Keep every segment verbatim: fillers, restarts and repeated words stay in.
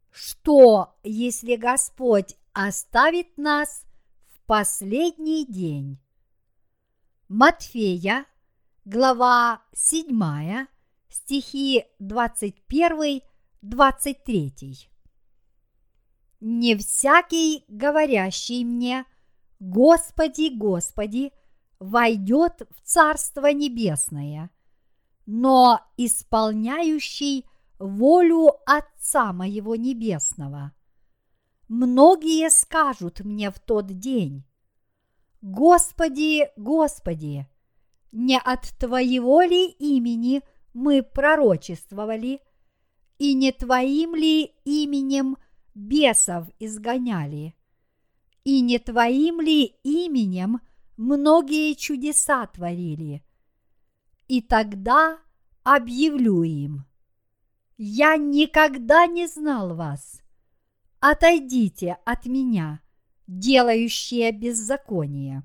Что, если Господь оставит нас в последний день? Матфея, глава седьмая, стихи двадцать один двадцать три. Не всякий, говорящий мне: Господи, Господи, войдет в Царство Небесное, но исполняющий волю Отца моего Небесного. Многие скажут мне в тот день: Господи, Господи, не от Твоего ли имени мы пророчествовали, и не Твоим ли именем бесов изгоняли, и не Твоим ли именем многие чудеса творили? И тогда объявлю им: я никогда не знал вас. Отойдите от меня, делающие беззаконие.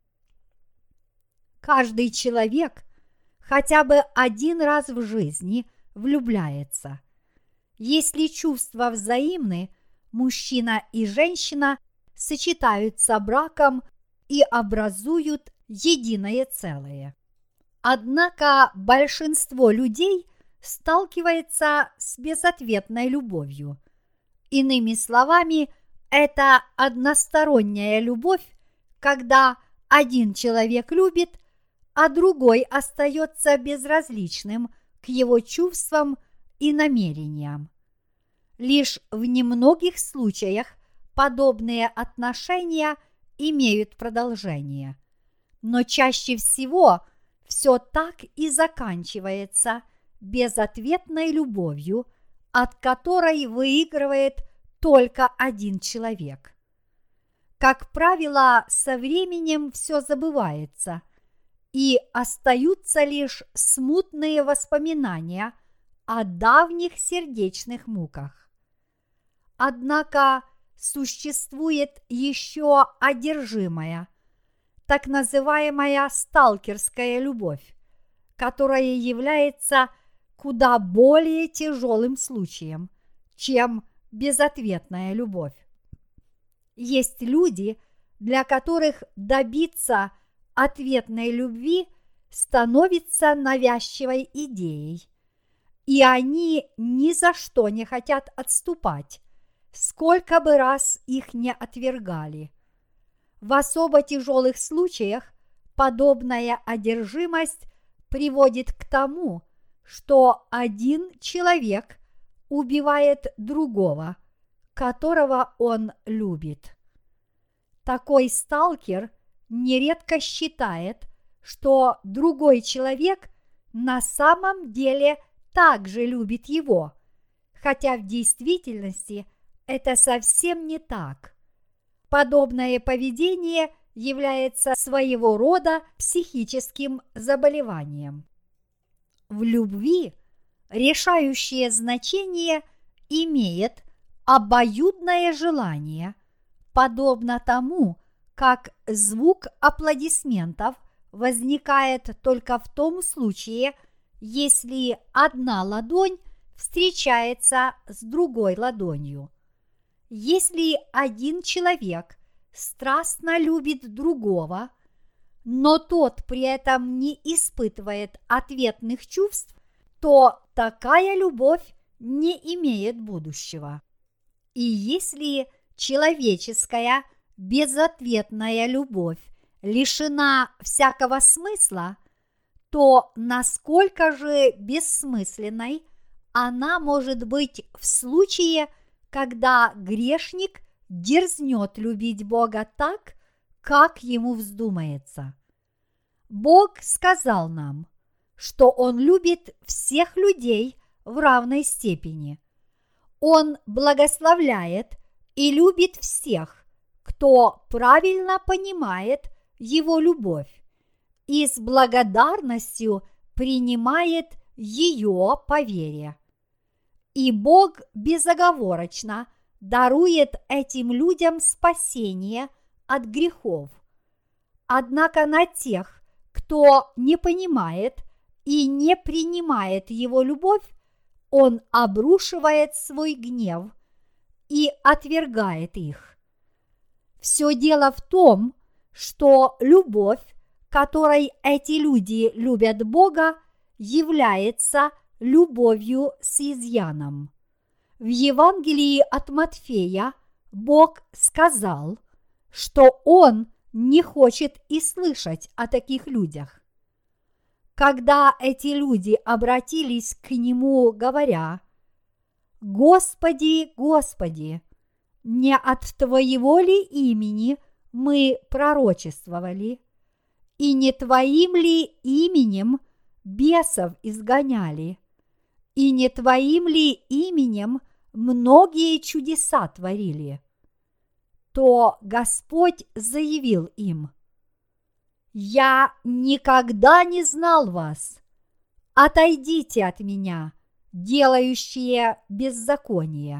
Каждый человек хотя бы один раз в жизни влюбляется. Если чувства взаимны, мужчина и женщина сочетаются браком и образуют единое целое. Однако большинство людей сталкивается с безответной любовью. Иными словами, это односторонняя любовь, когда один человек любит, а другой остается безразличным к его чувствам и намерениям. Лишь в немногих случаях подобные отношения имеют продолжение, но чаще всего все так и заканчивается безответной любовью, от которой выигрывает только один человек. Как правило, со временем все забывается, и остаются лишь смутные воспоминания о давних сердечных муках. Однако существует еще одержимая, так называемая сталкерская любовь, которая является куда более тяжелым случаем, чем безответная любовь. Есть люди, для которых добиться ответной любви становится навязчивой идеей, и они ни за что не хотят отступать, сколько бы раз их не отвергали. В особо тяжелых случаях подобная одержимость приводит к тому, что один человек убивает другого, которого он любит. Такой сталкер нередко считает, что другой человек на самом деле также любит его, хотя в действительности это совсем не так. Подобное поведение является своего рода психическим заболеванием. В любви решающее значение имеет обоюдное желание, подобно тому, как звук аплодисментов возникает только в том случае, если одна ладонь встречается с другой ладонью. Если один человек страстно любит другого, но тот при этом не испытывает ответных чувств, то такая любовь не имеет будущего. И если человеческая безответная любовь лишена всякого смысла, то насколько же бессмысленной она может быть в случае, когда грешник дерзнет любить Бога так, как ему вздумается. Бог сказал нам, что Он любит всех людей в равной степени. Он благословляет и любит всех, кто правильно понимает Его любовь и с благодарностью принимает ее по вере. И Бог безоговорочно дарует этим людям спасение от грехов. Однако на тех, кто не понимает и не принимает Его любовь, Он обрушивает свой гнев, и отвергает их. Все дело в том, что любовь, которой эти люди любят Бога, является любовью с изъяном. В Евангелии от Матфея Бог сказал, что Он не хочет и слышать о таких людях. Когда эти люди обратились к Нему, говоря: «Господи, Господи, не от Твоего ли имени мы пророчествовали, и не Твоим ли именем бесов изгоняли, и не Твоим ли именем многие чудеса творили?» То Господь заявил им: «Я никогда не знал вас. Отойдите от меня, делающие беззаконие».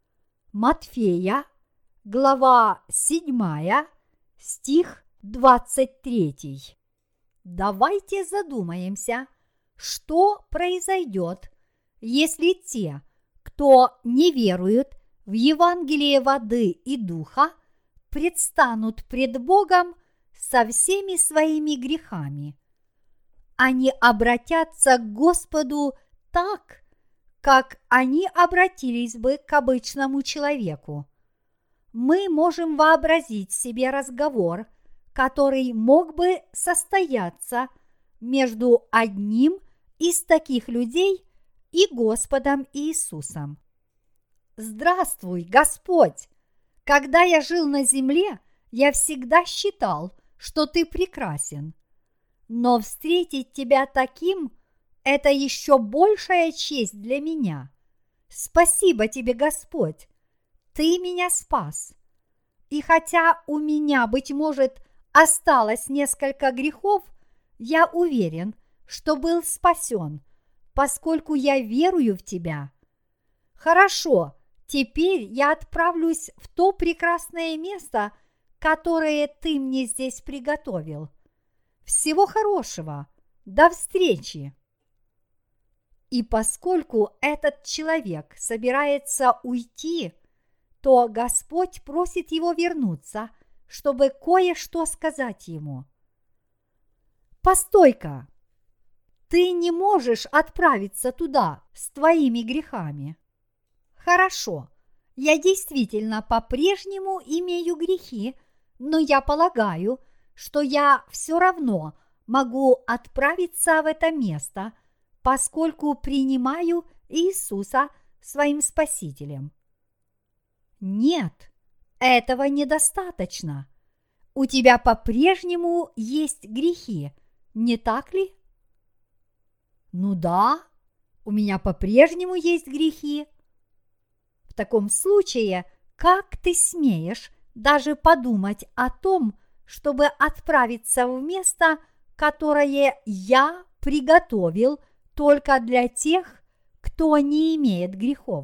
Матфея, глава седьмая, стих двадцать третий. Давайте задумаемся, что произойдет, если те, кто не веруют в Евангелие воды и духа, предстанут пред Богом со всеми своими грехами. Они обратятся к Господу так, как они обратились бы к обычному человеку. Мы можем вообразить себе разговор, который мог бы состояться между одним из таких людей и Господом Иисусом. «Здравствуй, Господь! Когда я жил на земле, я всегда считал, что ты прекрасен. Но встретить тебя таким – это еще большая честь для меня. Спасибо тебе, Господь! Ты меня спас. И хотя у меня, быть может, осталось несколько грехов, я уверен, что был спасен, поскольку я верую в тебя. Хорошо, теперь я отправлюсь в то прекрасное место, которое ты мне здесь приготовил. Всего хорошего, до встречи!» И поскольку этот человек собирается уйти, то Господь просит его вернуться, чтобы кое-что сказать ему. «Постой-ка! Ты не можешь отправиться туда с твоими грехами». «Хорошо, я действительно по-прежнему имею грехи, но я полагаю, что я все равно могу отправиться в это место, поскольку принимаю Иисуса своим Спасителем». «Нет, этого недостаточно. У тебя по-прежнему есть грехи, не так ли?» «Ну да, у меня по-прежнему есть грехи». «В таком случае, как ты смеешь даже подумать о том, чтобы отправиться в место, которое я приготовил только для тех, кто не имеет грехов?»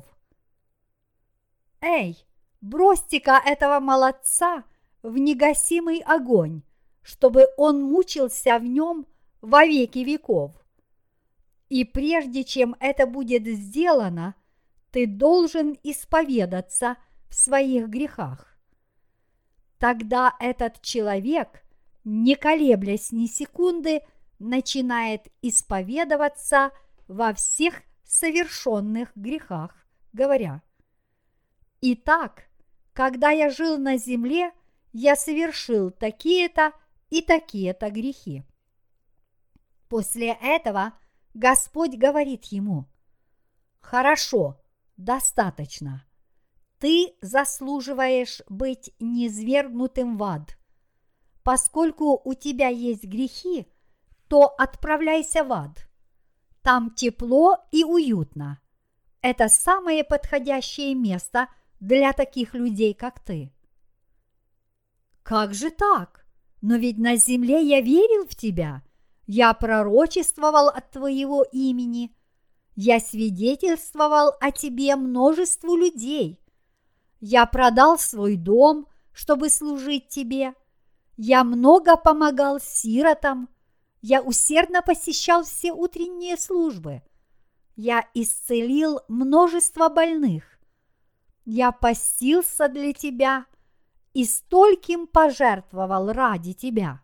«Эй, бросьте-ка этого молодца в негасимый огонь, чтобы он мучился в нем во веки веков. И прежде чем это будет сделано, ты должен исповедаться в своих грехах». Тогда этот человек, не колеблясь ни секунды, начинает исповедоваться во всех совершенных грехах, говоря: «Итак, когда я жил на земле, я совершил такие-то и такие-то грехи». После этого Господь говорит ему: «Хорошо, достаточно. Ты заслуживаешь быть низвергнутым в ад. Поскольку у тебя есть грехи, то отправляйся в ад. Там тепло и уютно. Это самое подходящее место для таких людей, как ты». «Как же так? Но ведь на земле я верил в тебя. Я пророчествовал от твоего имени. Я свидетельствовал о тебе множеству людей. Я продал свой дом, чтобы служить тебе. Я много помогал сиротам. Я усердно посещал все утренние службы. Я исцелил множество больных. я постился для тебя и стольким пожертвовал ради тебя.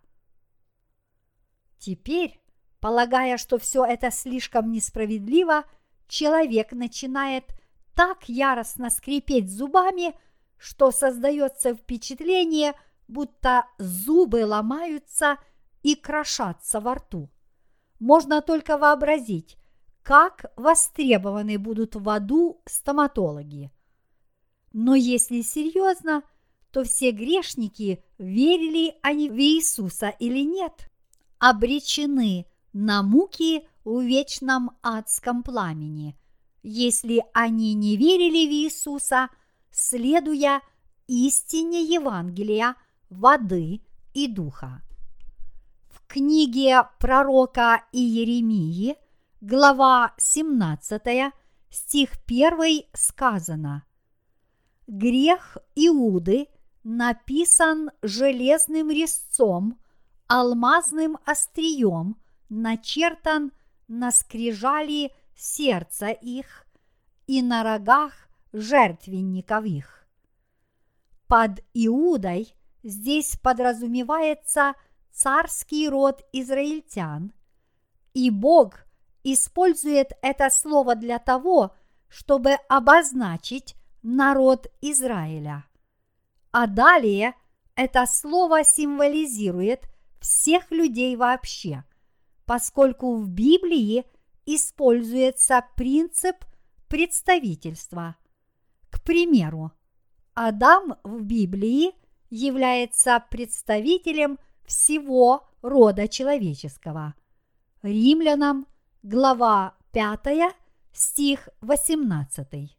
Теперь, полагая, что все это слишком несправедливо, человек начинает так яростно скрипеть зубами, что создается впечатление, будто зубы ломаются и крошатся во рту. Можно только вообразить, как востребованы будут в аду стоматологи. Но если серьезно, то все грешники, верили они в Иисуса или нет, обречены на муки в вечном адском пламени, если они не верили в Иисуса, следуя истине Евангелия, воды и духа. В книге пророка Иеремии, глава семнадцатая, стих первый сказано: «Грех Иуды написан железным резцом, алмазным острием, начертан на скрижали сердца их и на рогах жертвенников их». Под Иудой здесь подразумевается царский род израильтян, и Бог использует это слово для того, чтобы обозначить народ Израиля. А далее это слово символизирует всех людей вообще, поскольку в Библии используется принцип представительства. К примеру, Адам в Библии является представителем всего рода человеческого. Римлянам, глава пятая, стих восемнадцатый.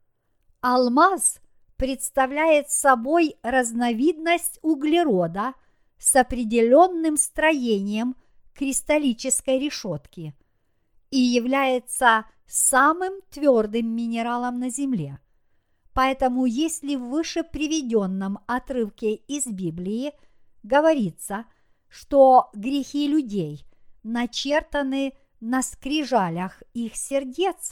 Алмаз представляет собой разновидность углерода с определенным строением кристаллической решетки и является самым твердым минералом на Земле. Поэтому, если в выше приведенном отрывке из Библии говорится, что грехи людей начертаны на скрижалях их сердец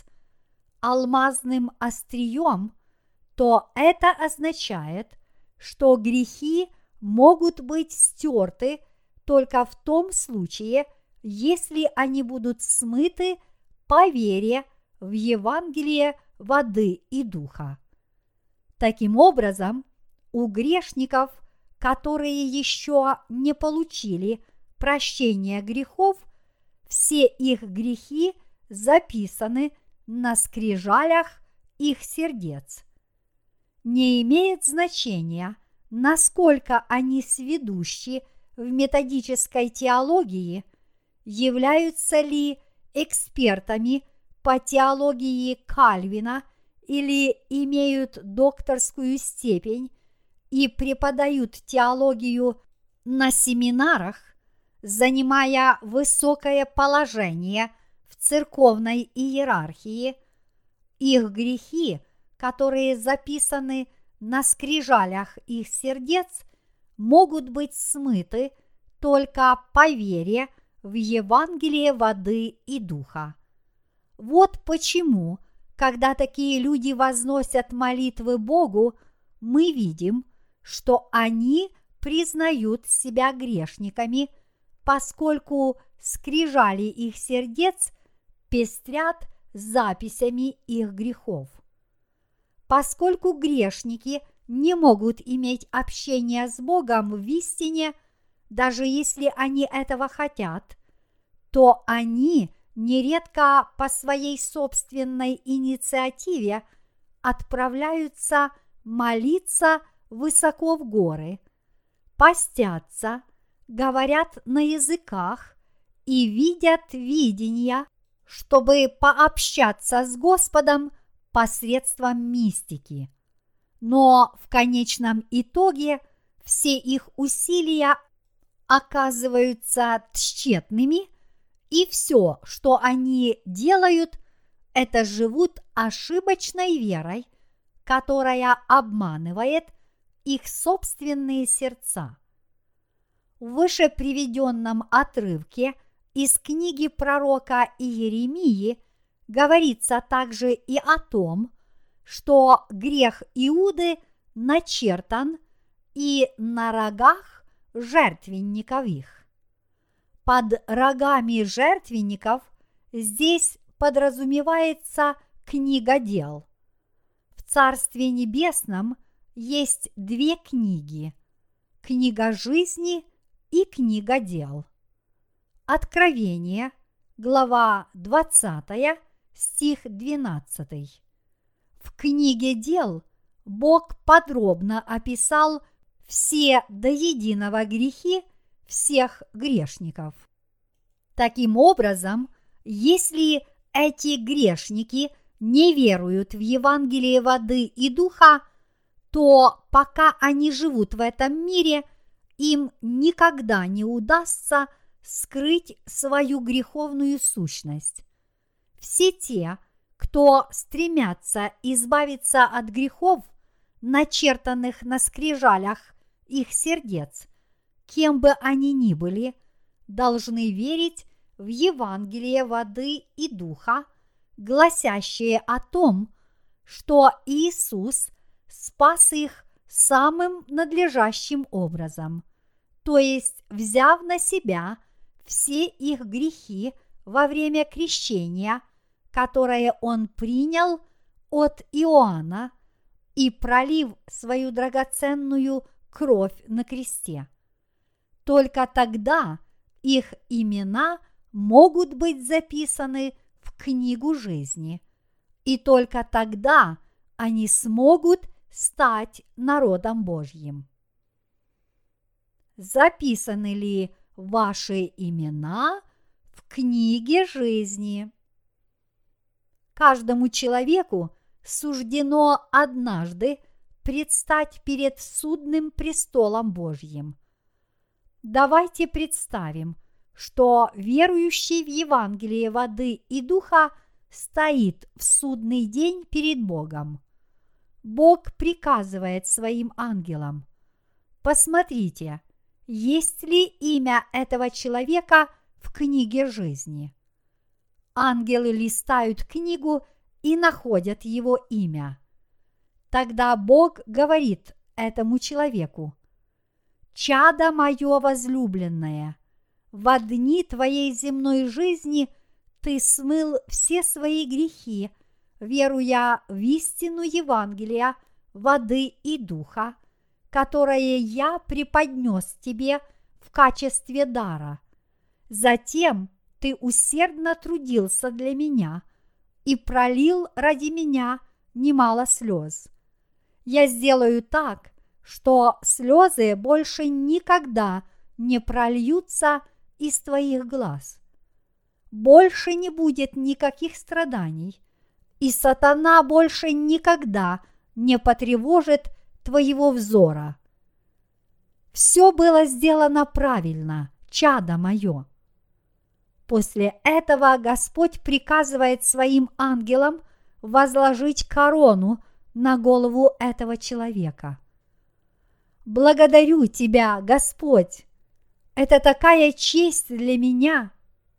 алмазным острием, то это означает, что грехи могут быть стерты только в том случае, если они будут смыты по вере в Евангелие воды и духа. Таким образом, у грешников, которые еще не получили прощения грехов, все их грехи записаны на скрижалях их сердец. Не имеет значения, насколько они сведущи в методической теологии, являются ли экспертами по теологии Кальвина или имеют докторскую степень и преподают теологию на семинарах, занимая высокое положение в церковной иерархии. Их грехи, которые записаны на скрижалях их сердец, могут быть смыты только по вере в Евангелие воды и духа. Вот почему, когда такие люди возносят молитвы Богу, мы видим, что они признают себя грешниками, поскольку скрижали их сердец пестрят записями их грехов. Поскольку грешники не могут иметь общение с Богом в истине, даже если они этого хотят, то они нередко по своей собственной инициативе отправляются молиться высоко в горы, постятся, говорят на языках и видят видения, чтобы пообщаться с Господом посредством мистики. Но в конечном итоге все их усилия оказываются тщетными, и все, что они делают, это живут ошибочной верой, которая обманывает их собственные сердца. В выше приведенном отрывке из книги пророка Иеремии говорится также и о том, что грех Иуды начертан и на рогах жертвенников их. Под рогами жертвенников здесь подразумевается книга дел. В Царстве Небесном есть две книги – книга жизни и книга дел. Откровение, глава двадцатая, стих двенадцатый. В книге дел Бог подробно описал все до единого грехи всех грешников. Таким образом, если эти грешники не веруют в Евангелие воды и духа, то пока они живут в этом мире, им никогда не удастся скрыть свою греховную сущность. Все те, кто стремятся избавиться от грехов, начертанных на скрижалях их сердец, кем бы они ни были, должны верить в Евангелие воды и духа, гласящее о том, что Иисус спас их самым надлежащим образом, то есть взяв на себя все их грехи во время крещения, которое Он принял от Иоанна, и пролив свою драгоценную кровь на кресте. Только тогда их имена могут быть записаны в книгу жизни, и только тогда они смогут стать народом Божьим. Записаны ли ваши имена в книге жизни? Каждому человеку суждено однажды предстать перед судным престолом Божьим. Давайте представим, что верующий в Евангелие воды и духа стоит в судный день перед Богом. Бог приказывает своим ангелам: посмотрите, есть ли имя этого человека в книге жизни. Ангелы листают книгу и находят его имя. Тогда Бог говорит этому человеку: «Чадо мое возлюбленное, во дни твоей земной жизни ты смыл все свои грехи, веруя в истину Евангелия воды и духа, которое я преподнес тебе в качестве дара. Затем ты усердно трудился для меня и пролил ради меня немало слез. Я сделаю так, что слезы больше никогда не прольются из твоих глаз. Больше не будет никаких страданий, и сатана больше никогда не потревожит твоего взора. Все было сделано правильно, чадо мое». После этого Господь приказывает своим ангелам возложить корону на голову этого человека. «Благодарю Тебя, Господь! Это такая честь для меня!»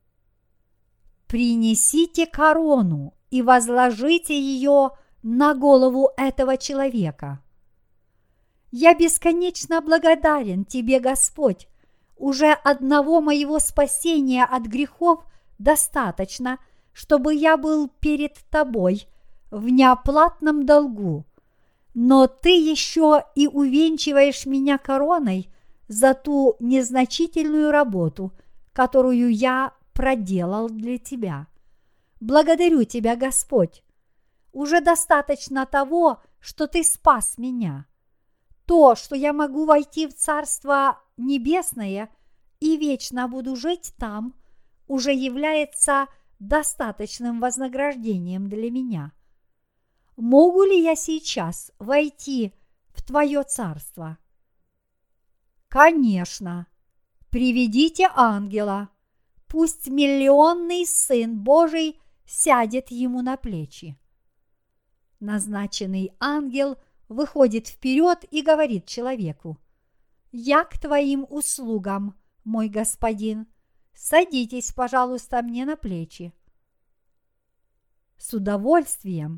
Принесите корону и возложите ее на голову этого человека. Я бесконечно благодарен Тебе, Господь. Уже одного моего спасения от грехов достаточно, чтобы я был перед Тобой в неоплатном долгу. Но Ты еще и увенчиваешь меня короной за ту незначительную работу, которую я проделал для Тебя. Благодарю Тебя, Господь. Уже достаточно того, что Ты спас меня. То, что я могу войти в Царство Небесное и вечно буду жить там, уже является достаточным вознаграждением для меня. Могу ли я сейчас войти в Твое Царство? Конечно. Приведите ангела. Пусть миллионный Сын Божий сядет ему на плечи. Назначенный ангел выходит вперед и говорит человеку: «Я к твоим услугам, мой господин. Садитесь, пожалуйста, мне на плечи». С удовольствием,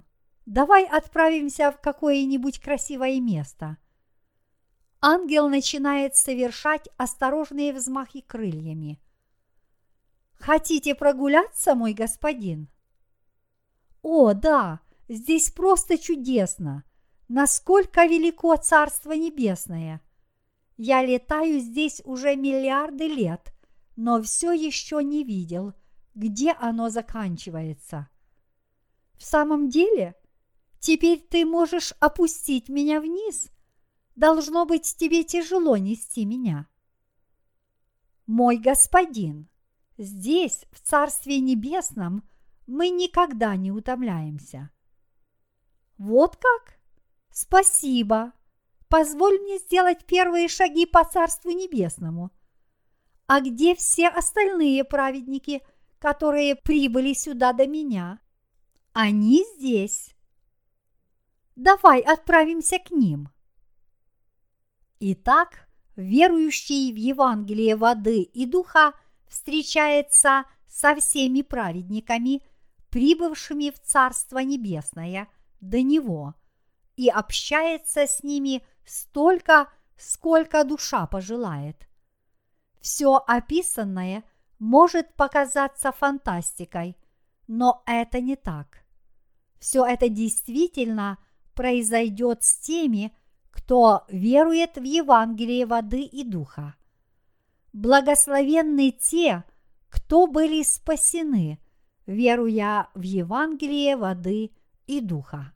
Давай отправимся в какое-нибудь красивое место. Ангел начинает совершать осторожные взмахи крыльями. Хотите прогуляться, мой господин? О, да, здесь просто чудесно! Насколько велико Царство Небесное! Я летаю здесь уже миллиарды лет, но все еще не видел, где оно заканчивается. В самом деле, теперь ты можешь опустить меня вниз? Должно быть, тебе тяжело нести меня. Мой господин, здесь, в Царстве Небесном, мы никогда не утомляемся. Вот как? Спасибо. Позволь мне сделать первые шаги по Царству Небесному. А где все остальные праведники, которые прибыли сюда до меня? Они здесь. Давай отправимся к ним. Итак, верующий в Евангелие воды и духа встречается со всеми праведниками, прибывшими в Царство Небесное до него, и общается с ними столько, сколько душа пожелает. Все описанное может показаться фантастикой, но это не так. Все это действительно произойдет с теми, кто верует в Евангелие воды и духа. Благословенны те, кто были спасены, веруя в Евангелие воды и духа.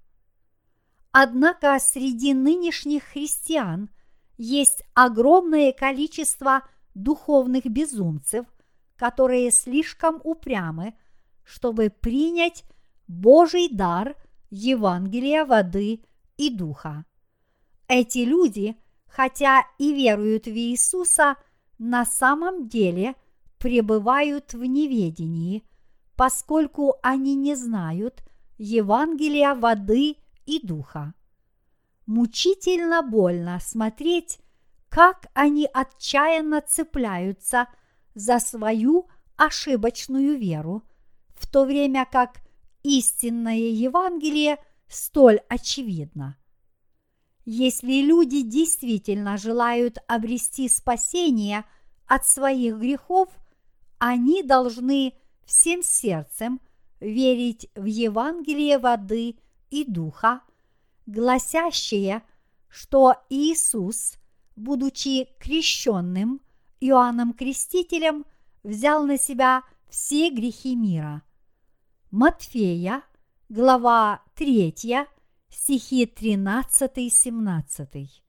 Однако среди нынешних христиан есть огромное количество духовных безумцев, которые слишком упрямы, чтобы принять Божий дар Евангелия воды и духа. Эти люди, хотя и веруют в Иисуса, на самом деле пребывают в неведении, поскольку они не знают Евангелия воды и духа. Мучительно больно смотреть, как они отчаянно цепляются за свою ошибочную веру, в то время как истинное Евангелие столь очевидно. Если люди действительно желают обрести спасение от своих грехов, они должны всем сердцем верить в Евангелие воды и духа, гласящее, что Иисус, будучи крещенным Иоанном Крестителем, взял на себя все грехи мира. Матфея, глава третья, стихи тринадцать-семнадцать.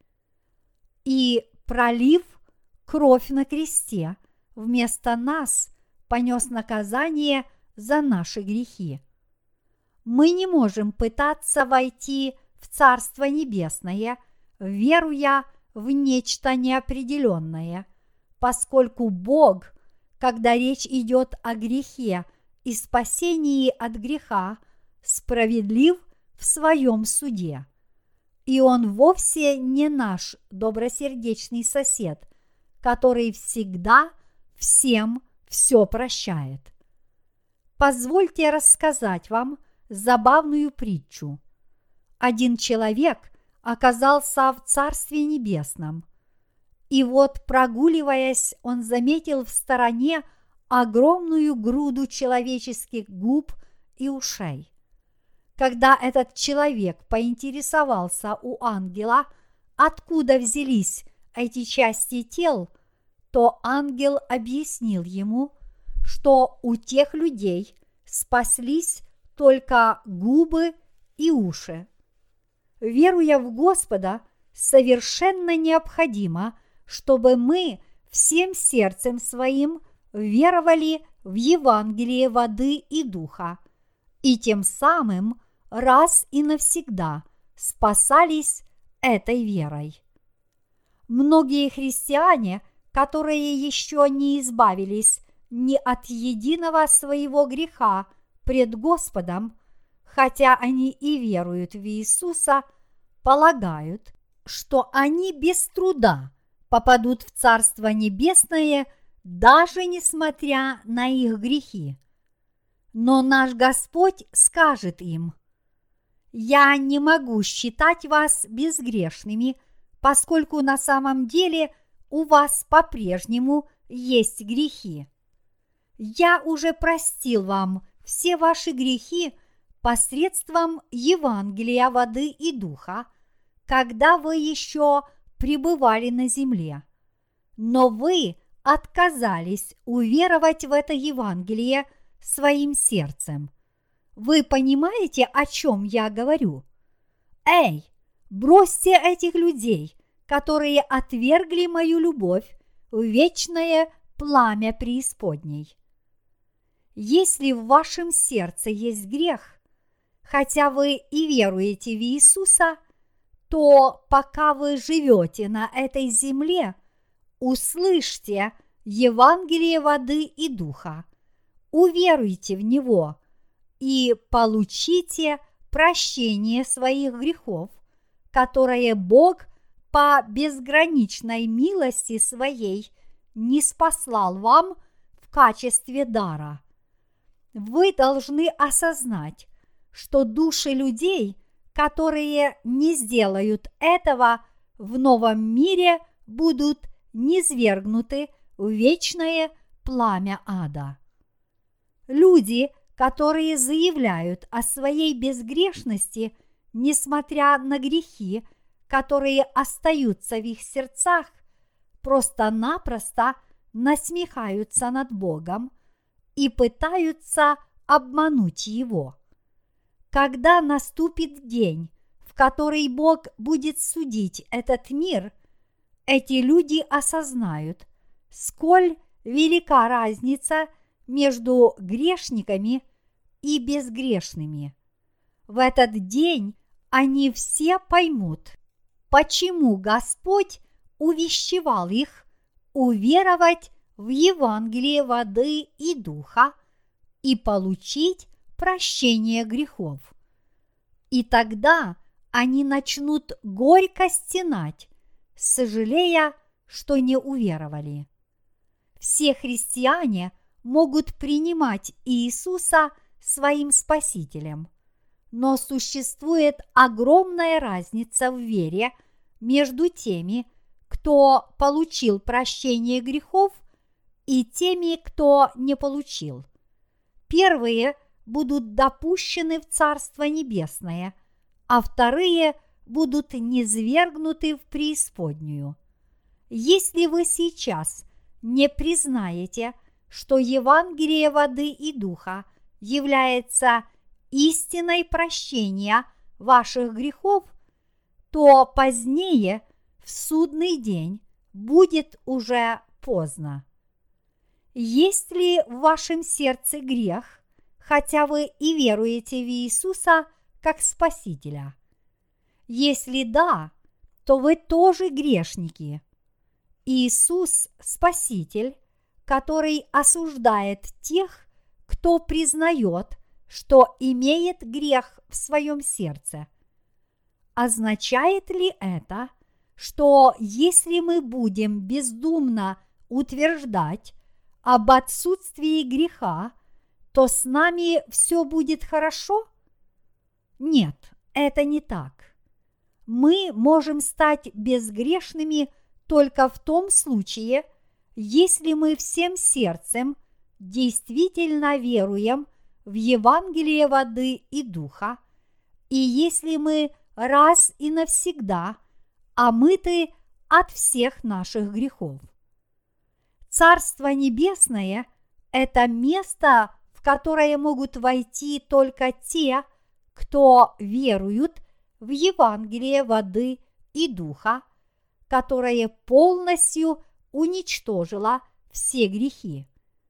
И, пролив кровь на кресте, вместо нас понес наказание за наши грехи. Мы не можем пытаться войти в Царство Небесное, веруя в нечто неопределенное, поскольку Бог, когда речь идет о грехе и спасении от греха, справедлив в своем суде. И Он вовсе не наш добросердечный сосед, который всегда всем все прощает. Позвольте рассказать вам забавную притчу. Один человек оказался в Царстве Небесном, и вот, прогуливаясь, он заметил в стороне огромную груду человеческих губ и ушей. Когда этот человек поинтересовался у ангела, откуда взялись эти части тел, то ангел объяснил ему, что у тех людей спаслись только губы и уши. Веруя в Господа, совершенно необходимо, чтобы мы всем сердцем своим веровали в Евангелие воды и духа, и тем самым раз и навсегда спасались этой верой. Многие христиане, которые еще не избавились ни от единого своего греха пред Господом, хотя они и веруют в Иисуса, полагают, что они без труда попадут в Царство Небесное, даже несмотря на их грехи. Но наш Господь скажет им: Я не могу считать вас безгрешными, поскольку на самом деле у вас по-прежнему есть грехи. Я уже простил вам все ваши грехи посредством Евангелия воды и духа, когда вы еще пребывали на земле. Но вы отказались уверовать в это Евангелие своим сердцем. Вы понимаете, о чем я говорю? Эй, бросьте этих людей, которые отвергли мою любовь в вечное пламя преисподней. Если в вашем сердце есть грех, хотя вы и веруете в Иисуса, то пока вы живете на этой земле, услышьте Евангелие воды и духа, уверуйте в него и получите прощение своих грехов, которое Бог по безграничной милости своей ниспослал вам в качестве дара. Вы должны осознать, что души людей, которые не сделают этого в новом мире, будут низвергнуты в вечное пламя ада. Люди, которые заявляют о своей безгрешности, несмотря на грехи, которые остаются в их сердцах, просто-напросто насмехаются над Богом и пытаются обмануть Его. Когда наступит день, в который Бог будет судить этот мир, эти люди осознают, сколь велика разница между грешниками и безгрешными. В этот день они все поймут, почему Господь увещевал их уверовать в Евангелие воды и духа и получить прощение грехов. И тогда они начнут горько стенать, сожалея, что не уверовали. Все христиане могут принимать Иисуса своим Спасителем, но существует огромная разница в вере между теми, кто получил прощение грехов, и теми, кто не получил. Первые будут допущены в Царство Небесное, а вторые будут низвергнуты в преисподнюю. Если вы сейчас не признаете, что Евангелие воды и духа является истиной прощения ваших грехов, то позднее, в судный день, будет уже поздно. Есть ли в вашем сердце грех, хотя вы и веруете в Иисуса как Спасителя? Если да, то вы тоже грешники. Иисус – Спаситель, который осуждает тех, кто признает, что имеет грех в своем сердце. Означает ли это, что если мы будем бездумно утверждать об отсутствии греха, то с нами все будет хорошо? Нет, это не так. Мы можем стать безгрешными только в том случае, если мы всем сердцем действительно веруем в Евангелие воды и духа, и если мы раз и навсегда омыты от всех наших грехов. Царство Небесное – это место, в которое могут войти только те, кто веруют в Евангелие воды и духа, которое полностью уничтожило все грехи.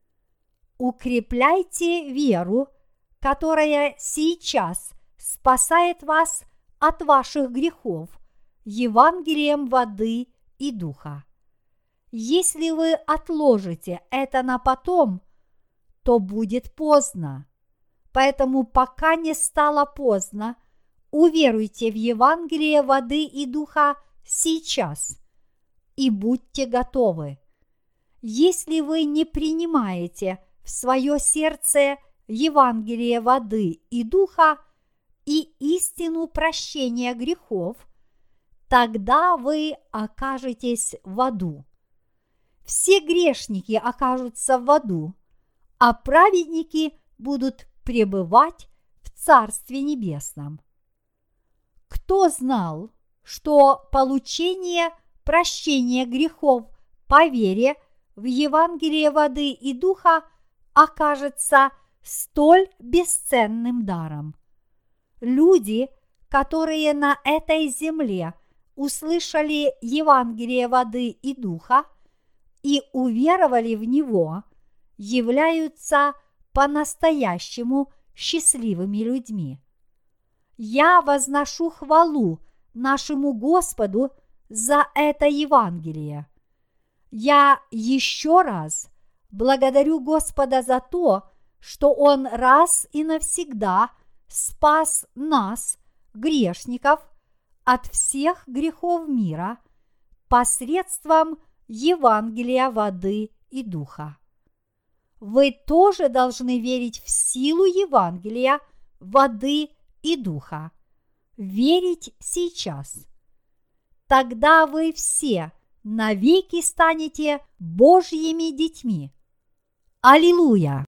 Укрепляйте веру, которая сейчас спасает вас от ваших грехов Евангелием воды и духа. Если вы отложите это на потом, то будет поздно. Поэтому пока не стало поздно, уверуйте в Евангелие воды и духа сейчас и будьте готовы. Если вы не принимаете в свое сердце Евангелие воды и духа и истину прощения грехов, тогда вы окажетесь в аду. Все грешники окажутся в аду, а праведники будут пребывать в Царстве Небесном. Кто знал, что получение прощения грехов по вере в Евангелие воды и духа окажется столь бесценным даром? Люди, которые на этой земле услышали Евангелие воды и духа и уверовали в него, являются по-настоящему счастливыми людьми. Я возношу хвалу нашему Господу за это Евангелие. Я еще раз благодарю Господа за то, что Он раз и навсегда спас нас, грешников, от всех грехов мира посредством Евангелия воды и духа. Вы тоже должны верить в силу Евангелия воды и духа. Верить сейчас. Тогда вы все навеки станете Божьими детьми. Аллилуйя!